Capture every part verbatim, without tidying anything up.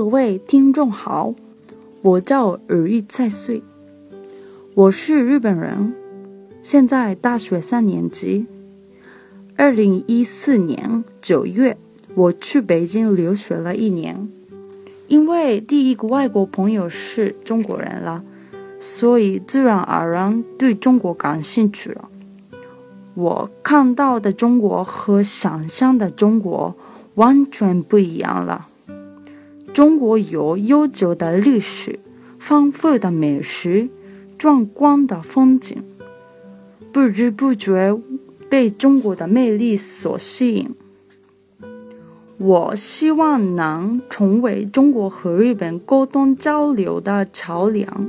各位听众好，我叫耳语在岁，我是日本人，现在大学三年级。二零一四年九月，我去北京留学了一年，因为第一个外国朋友是中国人了，所以自然而然对中国感兴趣了。我看到的中国和想象的中国完全不一样了。中国有悠久的历史、丰富的美食、壮观的风景，不知不觉被中国的魅力所吸引。我希望能成为中国和日本沟通交流的桥梁。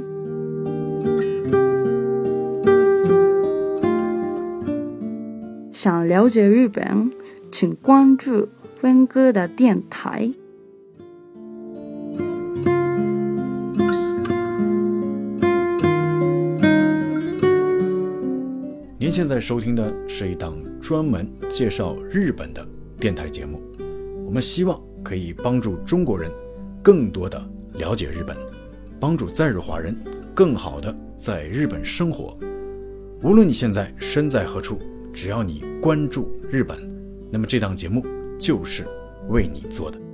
想了解日本，请关注温哥的电台。 您现在收听的是一档专门介绍日本的电台节目，我们希望可以帮助中国人更多的了解日本，帮助在日华人更好的在日本生活。无论你现在身在何处，只要你关注日本，那么这档节目就是为你做的。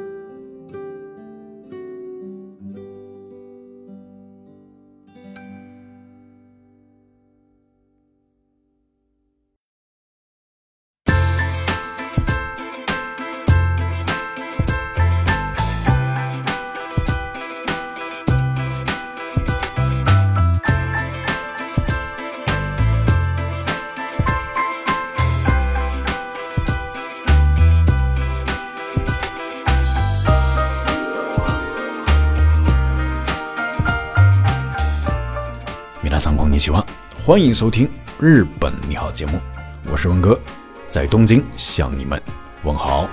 皆さんこんにちは，欢迎收听日本你好节目，我是文哥，在东京向你们问好。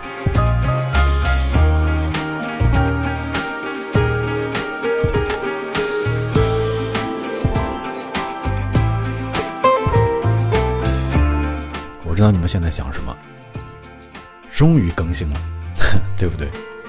我知道你们现在想什么，终于更新了，对不对？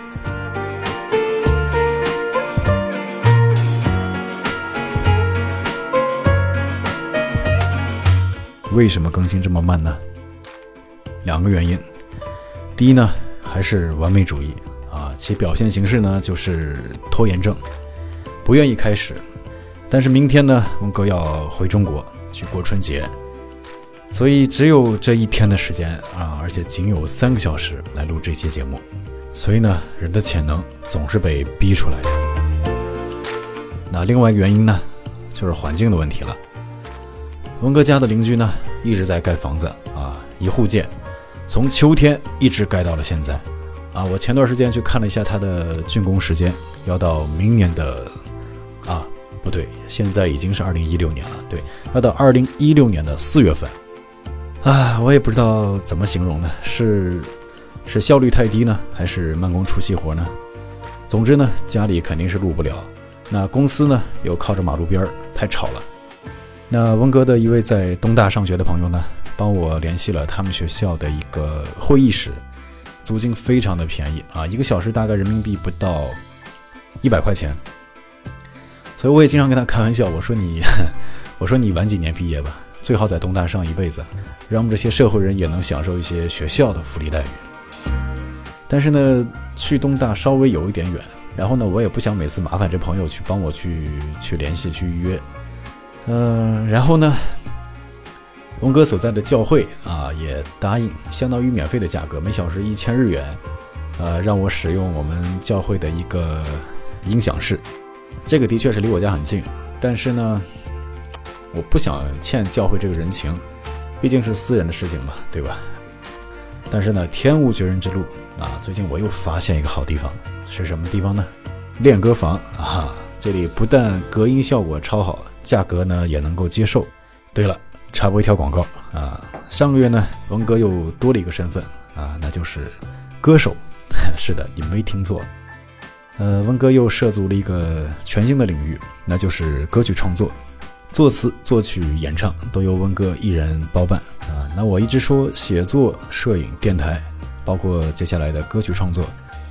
为什么更新这么慢呢？两个原因。第一呢，还是完美主义啊，其表现形式呢就是拖延症，不愿意开始。但是明天呢，文哥要回中国去过春节，所以只有这一天的时间啊，而且仅有三个小时来录这期节目。所以呢，人的潜能总是被逼出来的。那另外一个原因呢，就是环境的问题了。文哥家的邻居呢一直在盖房子啊，一户建，从秋天一直盖到了现在啊。我前段时间去看了一下他的竣工时间，要到明年的啊，不对，现在已经是二零一六年了，对，要到二零一六年的四月份啊。我也不知道怎么形容呢，是是效率太低呢，还是慢工出细活呢？总之呢，家里肯定是录不了，那公司呢又靠着马路边，太吵了。那温哥的一位在东大上学的朋友呢，帮我联系了他们学校的一个会议室，租金非常的便宜啊，一个小时大概人民币不到一百块钱。所以我也经常跟他开玩笑，我说你，我说你晚几年毕业吧，最好在东大上一辈子，让我们这些社会人也能享受一些学校的福利待遇。但是呢，去东大稍微有一点远，然后呢，我也不想每次麻烦这朋友去帮我去去联系去预约。嗯、呃，然后呢，文哥所在的教会啊，也答应相当于免费的价格，每小时一千日元，呃，让我使用我们教会的一个音响室。这个的确是离我家很近，但是呢，我不想欠教会这个人情，毕竟是私人的事情嘛，对吧？但是呢，天无绝人之路啊！最近我又发现一个好地方，是什么地方呢？练歌房啊！这里不但隔音效果超好，价格呢也能够接受。对了，插播一条广告啊！上个月呢，文哥又多了一个身份啊，那就是歌手。是的，你没听错。呃，文哥又涉足了一个全新的领域，那就是歌曲创作。作词、作曲、演唱都由文哥一人包办啊。那我一直说写作、摄影、电台，包括接下来的歌曲创作，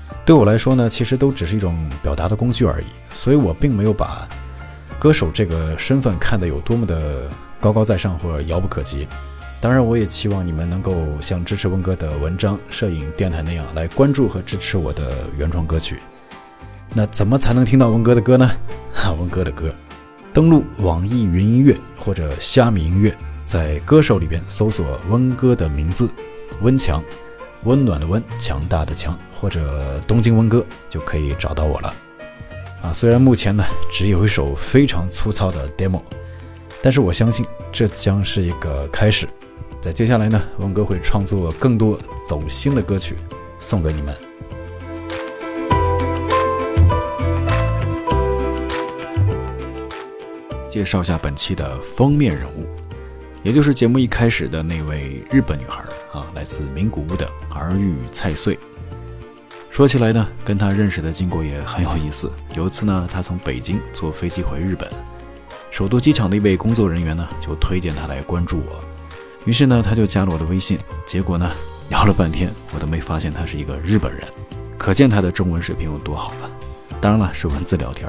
对我来说呢，其实都只是一种表达的工具而已，所以我并没有把歌手这个身份看得有多么的高高在上或者遥不可及。当然我也期望你们能够像支持温哥的文章、摄影、电台那样来关注和支持我的原创歌曲。那怎么才能听到温哥的歌呢？哈，温哥的歌登录网易云音乐或者虾米音乐，在歌手里边搜索温哥的名字，温强，温暖的温，强大的强，或者东京温哥就可以找到我了。啊，虽然目前呢只有一首非常粗糙的 demo， 但是我相信这将是一个开始。在接下来呢，温哥会创作更多走心的歌曲送给你们。介绍下本期的封面人物，也就是节目一开始的那位日本女孩啊，来自名古屋的儿玉菜穗。说起来呢，跟她认识的经过也很有意思。有一次呢，她从北京坐飞机回日本，首都机场的一位工作人员呢就推荐她来关注我，于是呢，她就加了我的微信。结果呢，聊了半天，我都没发现她是一个日本人，可见她的中文水平有多好了。当然了，是文字聊天。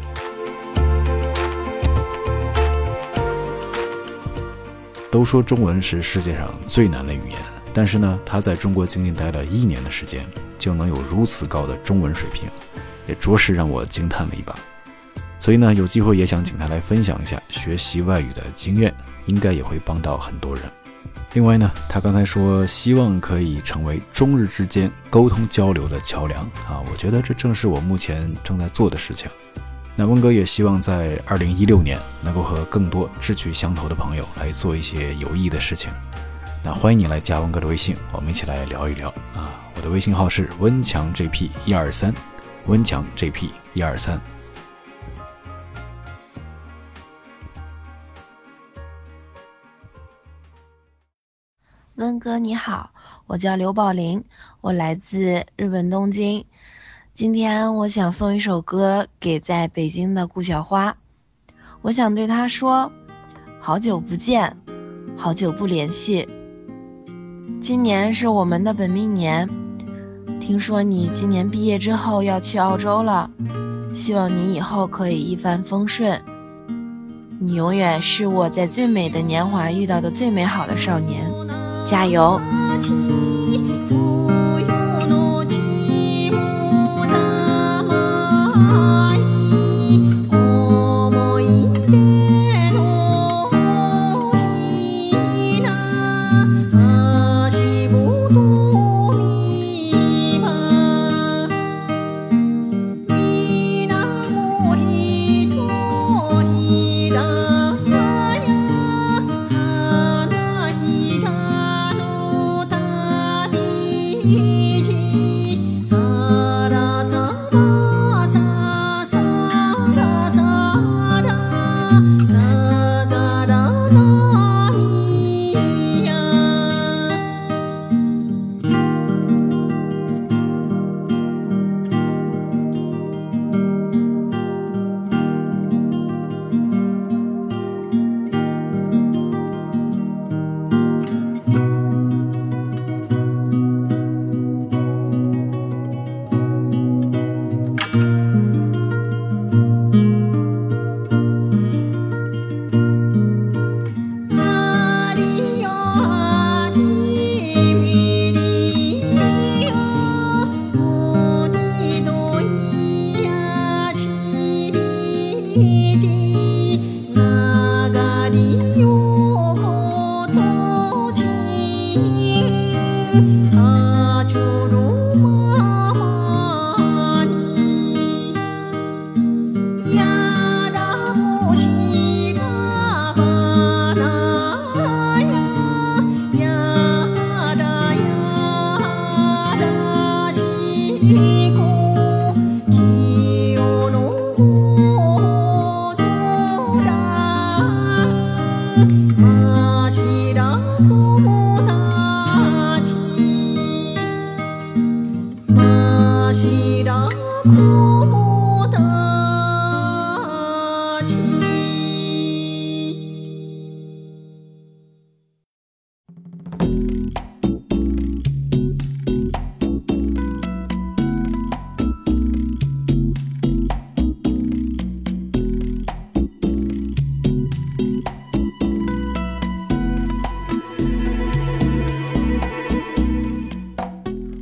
都说中文是世界上最难的语言，但是呢，他在中国仅仅待了一年的时间，就能有如此高的中文水平，也着实让我惊叹了一把。所以呢，有机会也想请他来分享一下学习外语的经验，应该也会帮到很多人。另外呢，他刚才说希望可以成为中日之间沟通交流的桥梁啊，我觉得这正是我目前正在做的事情。那温哥也希望在二零一六年能够和更多志趣相投的朋友来做一些有意义的事情。那欢迎你来加温哥的微信，我们一起来聊一聊啊！我的微信号是温强 J P 一二三，温强 J P 一二三。 温哥你好，我叫刘宝林，我来自日本东京。今天我想送一首歌给在北京的顾小花，我想对她说，好久不见，好久不联系。今年是我们的本命年，听说你今年毕业之后要去澳洲了，希望你以后可以一帆风顺。你永远是我在最美的年华遇到的最美好的少年，加油！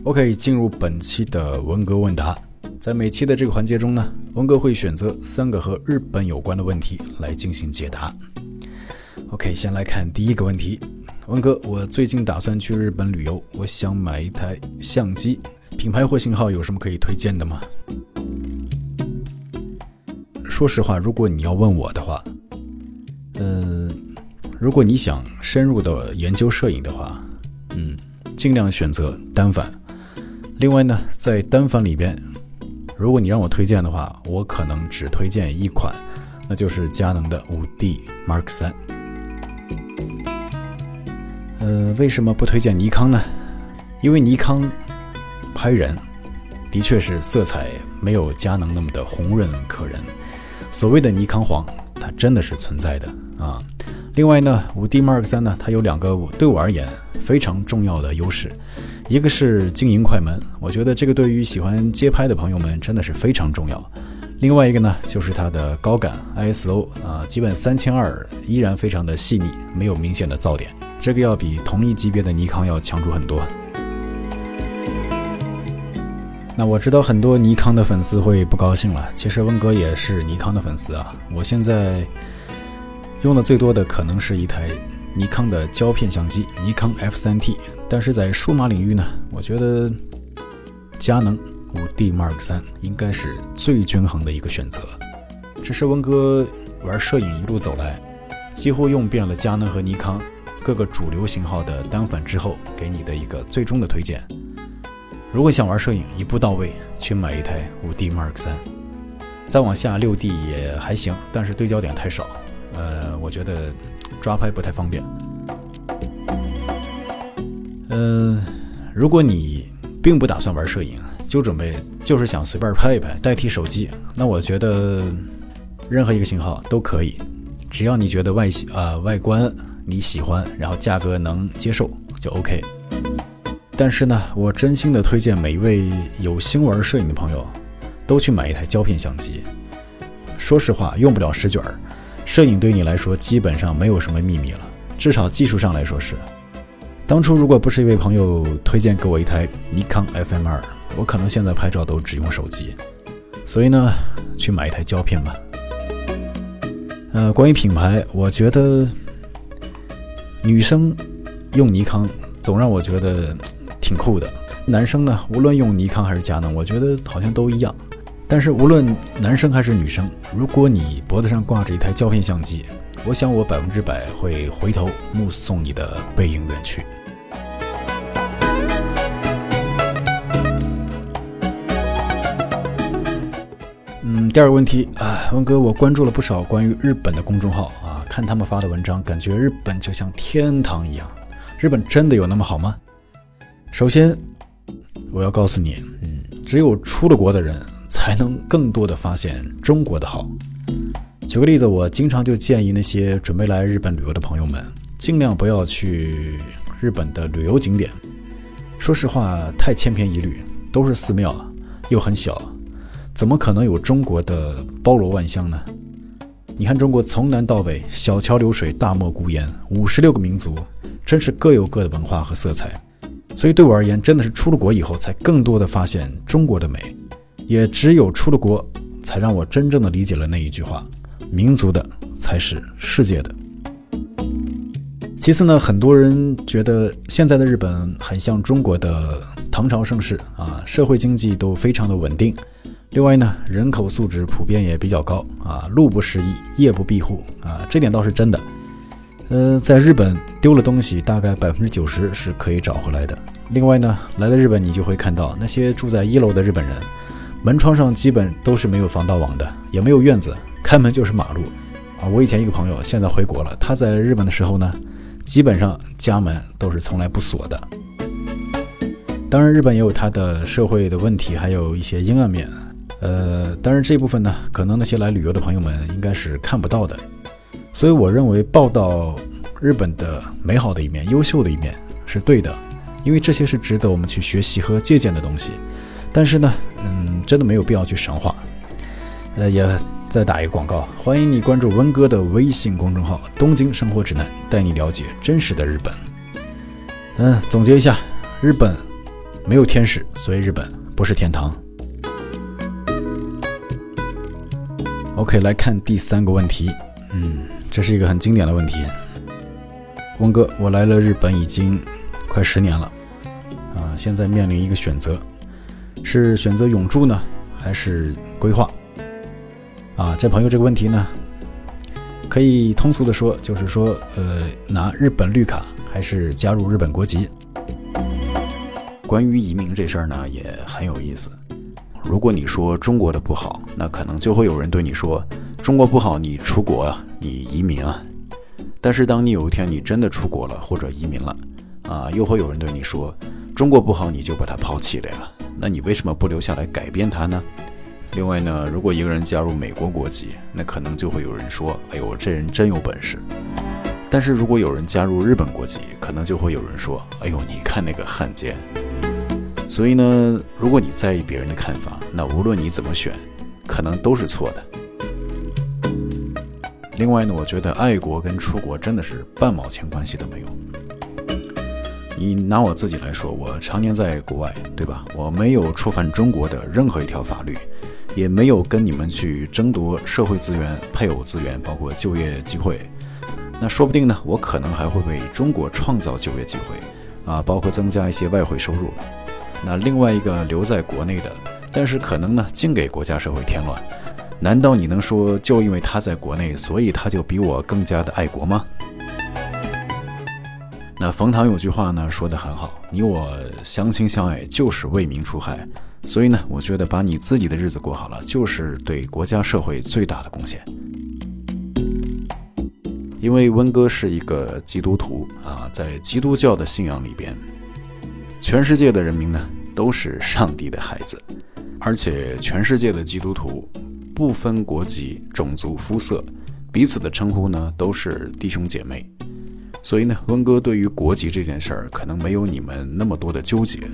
OK， 进入本期的文哥问答。在每期的这个环节中呢，文哥会选择三个和日本有关的问题来进行解答。OK， 先来看第一个问题。文哥，我最近打算去日本旅游，我想买一台相机，品牌或型号有什么可以推荐的吗？说实话，如果你要问我的话，嗯、呃，如果你想深入的研究摄影的话，嗯，尽量选择单反。另外呢，在单反里边，如果你让我推荐的话，我可能只推荐一款，那就是佳能的 五 D Mark 三。呃，为什么不推荐尼康呢？因为尼康拍人的确是色彩没有佳能那么的红润可人，所谓的尼康黄它真的是存在的啊。另外呢 ，五 D Mark 三呢，它有两个对我而言非常重要的优势，一个是经营快门，我觉得这个对于喜欢街拍的朋友们真的是非常重要。另外一个呢，就是它的高感 I S O 啊，基本三千二百依然非常的细腻，没有明显的噪点，这个要比同一级别的尼康要强出很多。那我知道很多尼康的粉丝会不高兴了，其实温哥也是尼康的粉丝啊。我现在用的最多的可能是一台尼康的胶片相机，尼康 F 三 T， 但是在数码领域呢，我觉得佳能 五 D Mark 三应该是最均衡的一个选择。这是温哥玩摄影一路走来，几乎用遍了佳能和尼康各个主流型号的单反之后，给你的一个最终的推荐。如果想玩摄影一步到位，去买一台 五 D Mark 三，再往下 六 D 也还行，但是对焦点太少，呃，我觉得抓拍不太方便。呃，如果你并不打算玩摄影，就准备就是想随便拍一拍，代替手机，那我觉得任何一个型号都可以，只要你觉得外呃外观你喜欢，然后价格能接受就 OK。但是呢，我真心的推荐每一位有心玩摄影的朋友都去买一台胶片相机。说实话，用不了十卷，摄影对你来说基本上没有什么秘密了，至少技术上来说是。当初如果不是一位朋友推荐给我一台尼康 F M 二， 我可能现在拍照都只用手机。所以呢，去买一台胶片吧。呃，关于品牌，我觉得女生用尼康总让我觉得挺酷的，男生呢，无论用尼康还是佳能，我觉得好像都一样。但是无论男生还是女生，如果你脖子上挂着一台胶片相机，我想我百分之百会回头目送你的背影远去。嗯，第二个问题啊，温哥，我关注了不少关于日本的公众号啊，看他们发的文章，感觉日本就像天堂一样。日本真的有那么好吗？首先，我要告诉你，嗯，只有出了国的人才能更多的发现中国的好。举个例子，我经常就建议那些准备来日本旅游的朋友们，尽量不要去日本的旅游景点。说实话，太千篇一律，都是寺庙，又很小，怎么可能有中国的包罗万象呢？你看中国从南到北，小桥流水，大漠孤烟，五十六个民族，真是各有各的文化和色彩。所以对我而言，真的是出了国以后才更多的发现中国的美，也只有出了国才让我真正的理解了那一句话，民族的才是世界的。其次呢，很多人觉得现在的日本很像中国的唐朝盛世啊，社会经济都非常的稳定。另外呢，人口素质普遍也比较高啊，路不拾遗，夜不闭户啊，这点倒是真的。呃，在日本丢了东西大概 百分之九十 是可以找回来的。另外呢，来了日本你就会看到那些住在一楼的日本人，门窗上基本都是没有防盗网的，也没有院子，开门就是马路啊。我以前一个朋友现在回国了，他在日本的时候呢，基本上家门都是从来不锁的。当然日本也有它的社会的问题，还有一些阴暗面，呃，当然这部分呢，可能那些来旅游的朋友们应该是看不到的。所以我认为报道日本的美好的一面，优秀的一面是对的，因为这些是值得我们去学习和借鉴的东西。但是呢，嗯，真的没有必要去神话。呃，也再打一个广告，欢迎你关注温哥的微信公众号东京生活指南，带你了解真实的日本。嗯，总结一下，日本没有天使，所以日本不是天堂。OK， 来看第三个问题。嗯，这是一个很经典的问题。温哥，我来了日本已经快十年了，啊，现在面临一个选择，是选择永住呢，还是规划？啊，这朋友这个问题呢，可以通俗的说，就是说，呃，拿日本绿卡还是加入日本国籍？关于移民这事儿呢，也很有意思。如果你说中国的不好，那可能就会有人对你说，中国不好，你出国啊，你移民啊。但是当你有一天你真的出国了或者移民了，啊，又会有人对你说，中国不好，你就把它抛弃了呀，那你为什么不留下来改变它呢？另外呢，如果一个人加入美国国籍，那可能就会有人说，哎呦，这人真有本事。但是如果有人加入日本国籍，可能就会有人说，哎呦，你看那个汉奸。所以呢，如果你在意别人的看法，那无论你怎么选，可能都是错的。另外呢，我觉得爱国跟出国真的是半毛钱关系都没有。你拿我自己来说，我常年在国外，对吧？我没有触犯中国的任何一条法律，也没有跟你们去争夺社会资源、配偶资源，包括就业机会。那说不定呢，我可能还会为中国创造就业机会啊，包括增加一些外汇收入。那另外一个留在国内的，但是可能呢净给国家社会添乱，难道你能说就因为他在国内，所以他就比我更加的爱国吗？那冯唐有句话呢说得很好，你我相亲相爱就是为民除害，所以呢我觉得把你自己的日子过好了，就是对国家社会最大的贡献。因为温哥是一个基督徒啊，在基督教的信仰里边，全世界的人民呢都是上帝的孩子，而且全世界的基督徒不分国籍、种族、肤色，彼此的称呼呢都是弟兄姐妹。所以呢，温哥对于国籍这件事儿可能没有你们那么多的纠结。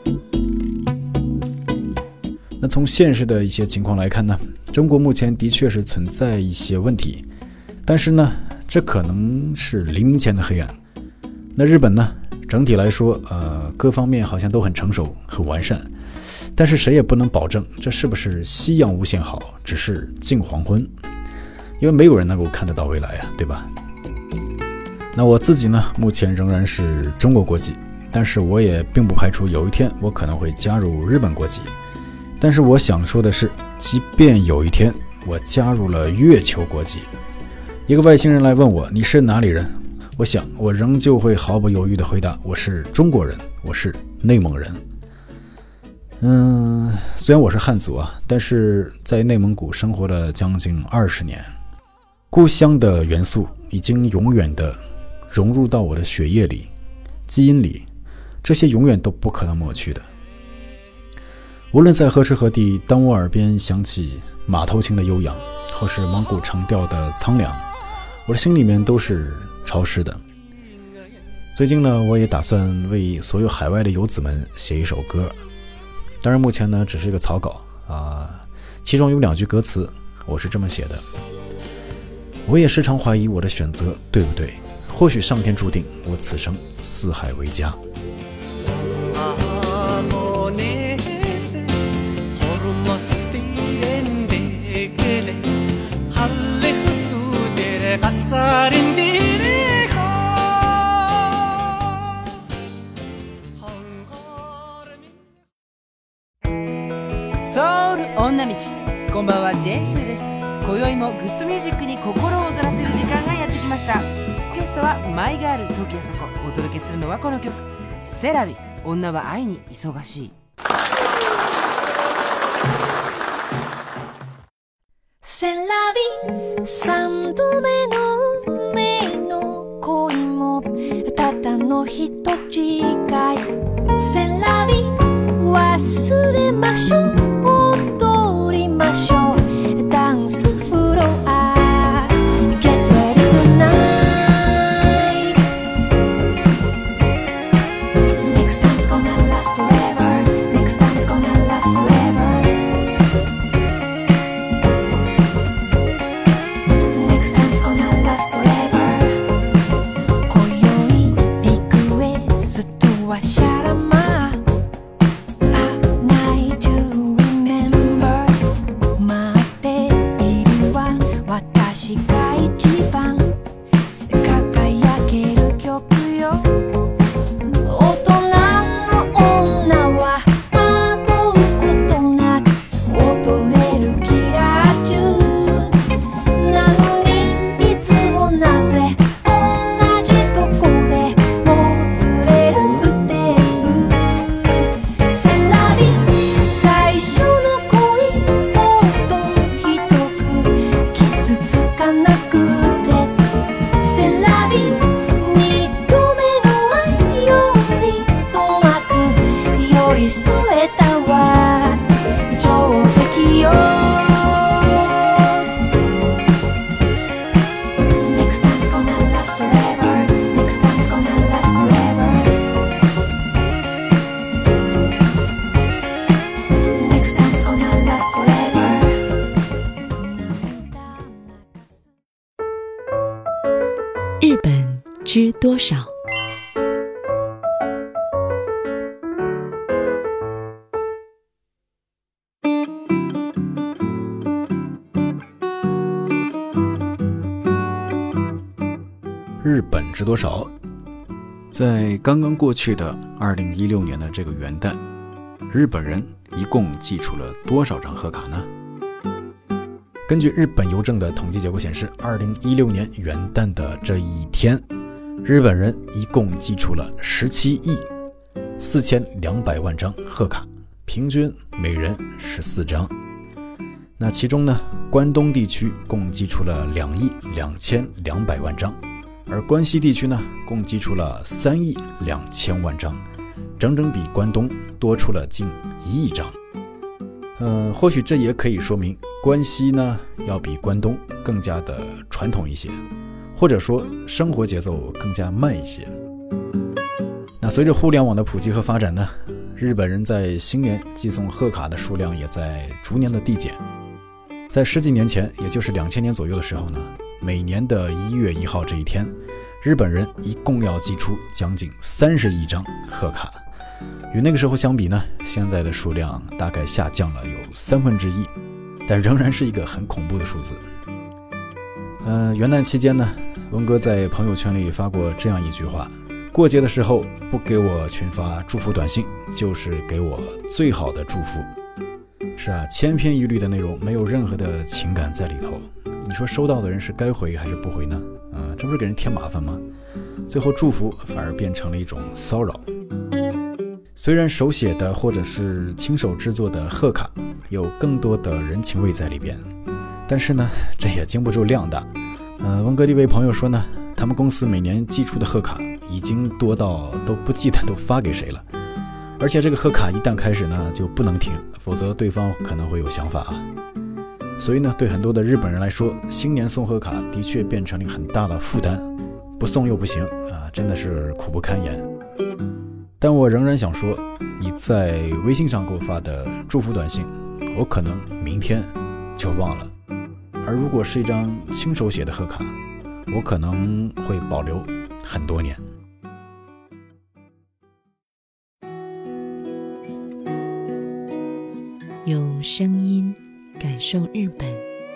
那从现实的一些情况来看呢，中国目前的确是存在一些问题，但是呢，这可能是黎明前的黑暗。那日本呢，整体来说，呃，各方面好像都很成熟、很完善，但是谁也不能保证这是不是夕阳无限好，只是近黄昏，因为没有人能够看得到未来啊，对吧？那我自己呢，目前仍然是中国国籍，但是我也并不排除有一天我可能会加入日本国籍。但是我想说的是，即便有一天我加入了月球国籍，一个外星人来问我你是哪里人，我想我仍旧会毫不犹豫地回答，我是中国人，我是内蒙人。嗯，虽然我是汉族啊，但是在内蒙古生活了将近二十年，故乡的元素已经永远的融入到我的血液里、基因里，这些永远都不可能抹去的。无论在何时何地，当我耳边响起马头琴的悠扬，或是蒙古长调的苍凉，我的心里面都是潮湿的。最近呢，我也打算为所有海外的游子们写一首歌，当然目前呢只是一个草稿啊，其中有两句歌词我是这么写的：我也时常怀疑我的选择对不对，或许上天注定我此生四海为家。 ソウル女道、こんばんは、ジェイスーです。今宵もグッドミュージックに心を躍らせる時間がやってきました。ゲストはマイガール時あさこ。お届けするのはこの曲、セラビ、女は愛に忙しい。 セラビ、三度目の運命の恋もただの人違い。セラビ、忘れましょう、踊りましょう、ダンスフロア、 Get ready tonight. Next time's gonna last forever. Next time's gonna last forever. Next time's gonna last forever. 今宵リクエストはシャラマ、 私が一番輝ける曲よ大人の女は惑うことなく踊れるキラー中なのにいつもなぜ同じとこでもつれるステップセラビ最初の恋もっとひどく傷つかなくてセラビ二度目の愛よりうまく寄り添えたわ上出来よNext time's gonna last forever Next time's gonna last forever Next time's gonna last forever 日本知多少？ 日本知多少？在刚刚过去的二零一六年的这个元旦，日本人一共寄出了多少张贺卡呢？根据日本邮政的统计结果显示，二零一六年元旦的这一天，日本人一共寄出了十七亿四千两百万张贺卡，平均每人十四张。那其中呢，关东地区共寄出了两亿两千两百万张，而关西地区呢，共寄出了三亿两千万张，整整比关东多出了近一亿张。呃，或许这也可以说明关西呢要比关东更加的传统一些，或者说生活节奏更加慢一些。那随着互联网的普及和发展呢，日本人在新年寄送贺卡的数量也在逐年的递减。在十几年前，也就是两千年左右的时候呢，每年的一月一号这一天，日本人一共要寄出将近三十亿张贺卡。与那个时候相比呢，现在的数量大概下降了有三分之一，但仍然是一个很恐怖的数字。呃，元旦期间呢，文哥在朋友圈里发过这样一句话：过节的时候不给我群发祝福短信，就是给我最好的祝福。是啊，千篇一律的内容，没有任何的情感在里头。你说收到的人是该回还是不回呢？嗯、呃，这不是给人添麻烦吗？最后祝福反而变成了一种骚扰。虽然手写的或者是亲手制作的贺卡有更多的人情味在里边，但是呢，这也经不住量大。呃，文哥的一位朋友说呢，他们公司每年寄出的贺卡已经多到都不记得都发给谁了，而且这个贺卡一旦开始呢就不能停，否则对方可能会有想法啊。所以呢，对很多的日本人来说，新年送贺卡的确变成了很大的负担，不送又不行啊，真的是苦不堪言。但我仍然想说，你在微信上给我发的祝福短信，我可能明天就忘了，而如果是一张亲手写的贺卡，我可能会保留很多年。 用声音感受日本。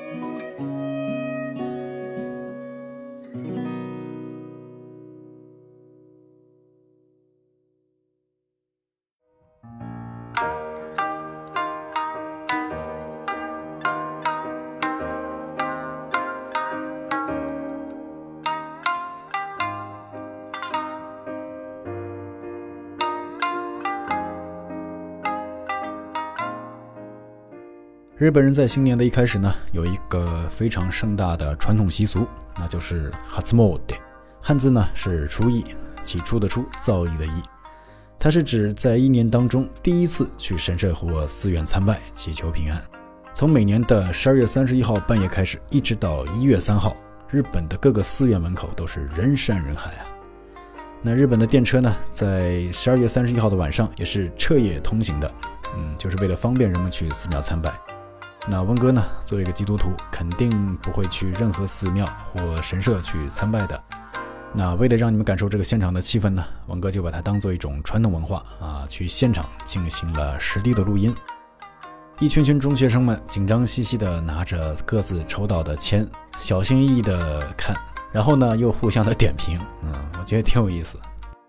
日本人在新年的一开始呢，有一个非常盛大的传统习俗，那就是初詣，汉字呢是初一，起初的初，造诣的诣。它是指在一年当中第一次去神社或寺院参拜，祈求平安。从每年的十二月三十一号半夜开始，一直到一月三号，日本的各个寺院门口都是人山人海啊。那日本的电车呢，在十二月三十一号的晚上也是彻夜通行的，嗯，就是为了方便人们去寺庙参拜。那温哥呢，作为一个基督徒，肯定不会去任何寺庙或神社去参拜的。那为了让你们感受这个现场的气氛呢，温哥就把它当做一种传统文化啊，去现场进行了实地的录音。 一群群中学生们紧张兮兮地拿着各自抽到的签，小心翼翼地看，然后呢又互相的点评，嗯，我觉得挺有意思。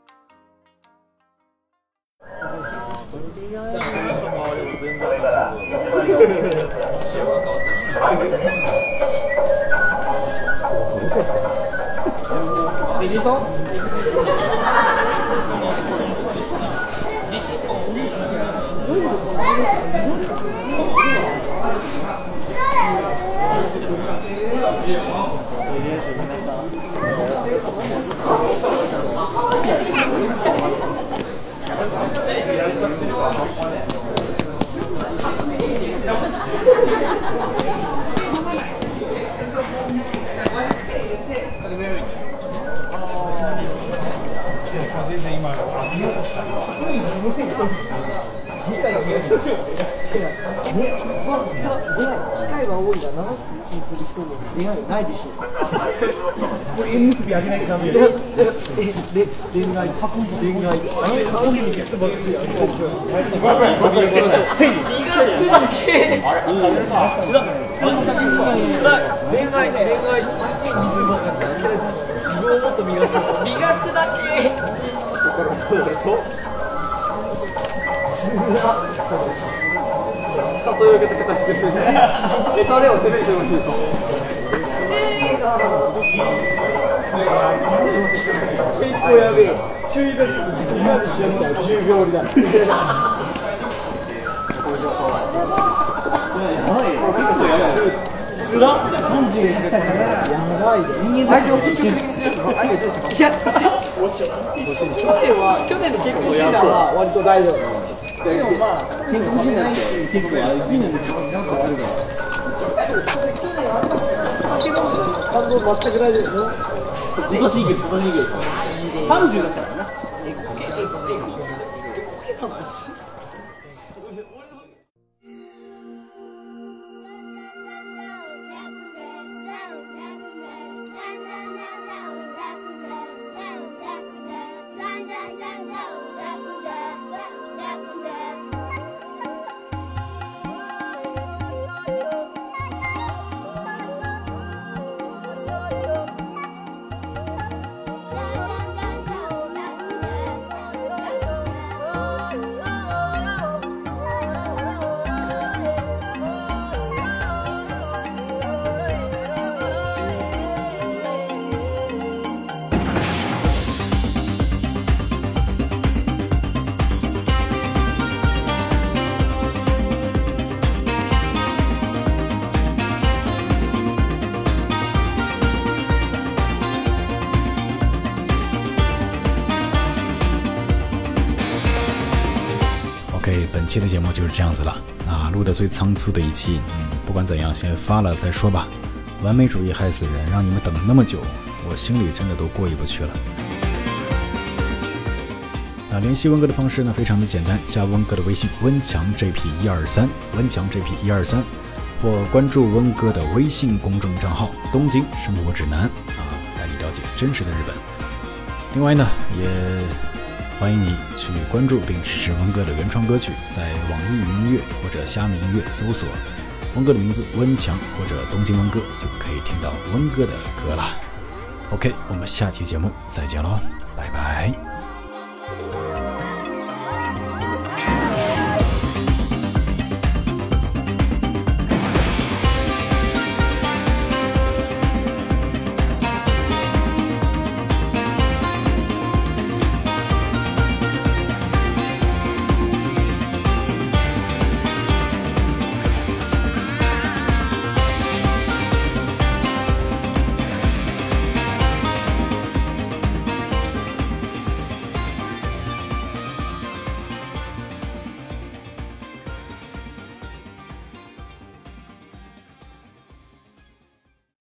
ないでしょ。これ縁結びあげないとダメよ。恋愛、恋愛。顔に向けてもらってやる。自分がいいこと言うけど、手に。磨くだけ。つら、つら、つらい。恋愛ね、恋愛。水ばかり。自分をもっと磨く。磨くだけ。心でしょ。つら。誘いを受けてたら全部じゃない。ネタでは攻める人もいると。結構やべえよ。注意が時間までしやったらじゅうびょう折りだ。つらっさんじゅうやばいで。相手を積極的にするの。相手どうしよう。去年は去年の結構シーズンは割と大丈夫。でもまあ健康診断って結構いちねんでなんかあるから。そう去年あんまり感動全く大丈夫でしょ。今年いける今年いける。さんじゅうだったからな。えこけえこけえこけさまし。 OK， 本期的节目就是这样子了啊，录的最仓促的一期，嗯，不管怎样，先发了再说吧。完美主义害死人，让你们等那么久，我心里真的都过意不去了。那联系温哥的方式呢，非常的简单，加温哥的微信温强 J P 一二三，温强 J P 一二三，或关注温哥的微信公众账号东京生活指南啊，带你了解真实的日本。另外呢，也欢迎你去关注并支持温哥的原创歌曲，在网易云音乐或者虾米音乐搜索温哥的名字温强或者东京温哥，就可以听到温哥的歌了。OK， 我们下期节目再见喽，拜拜。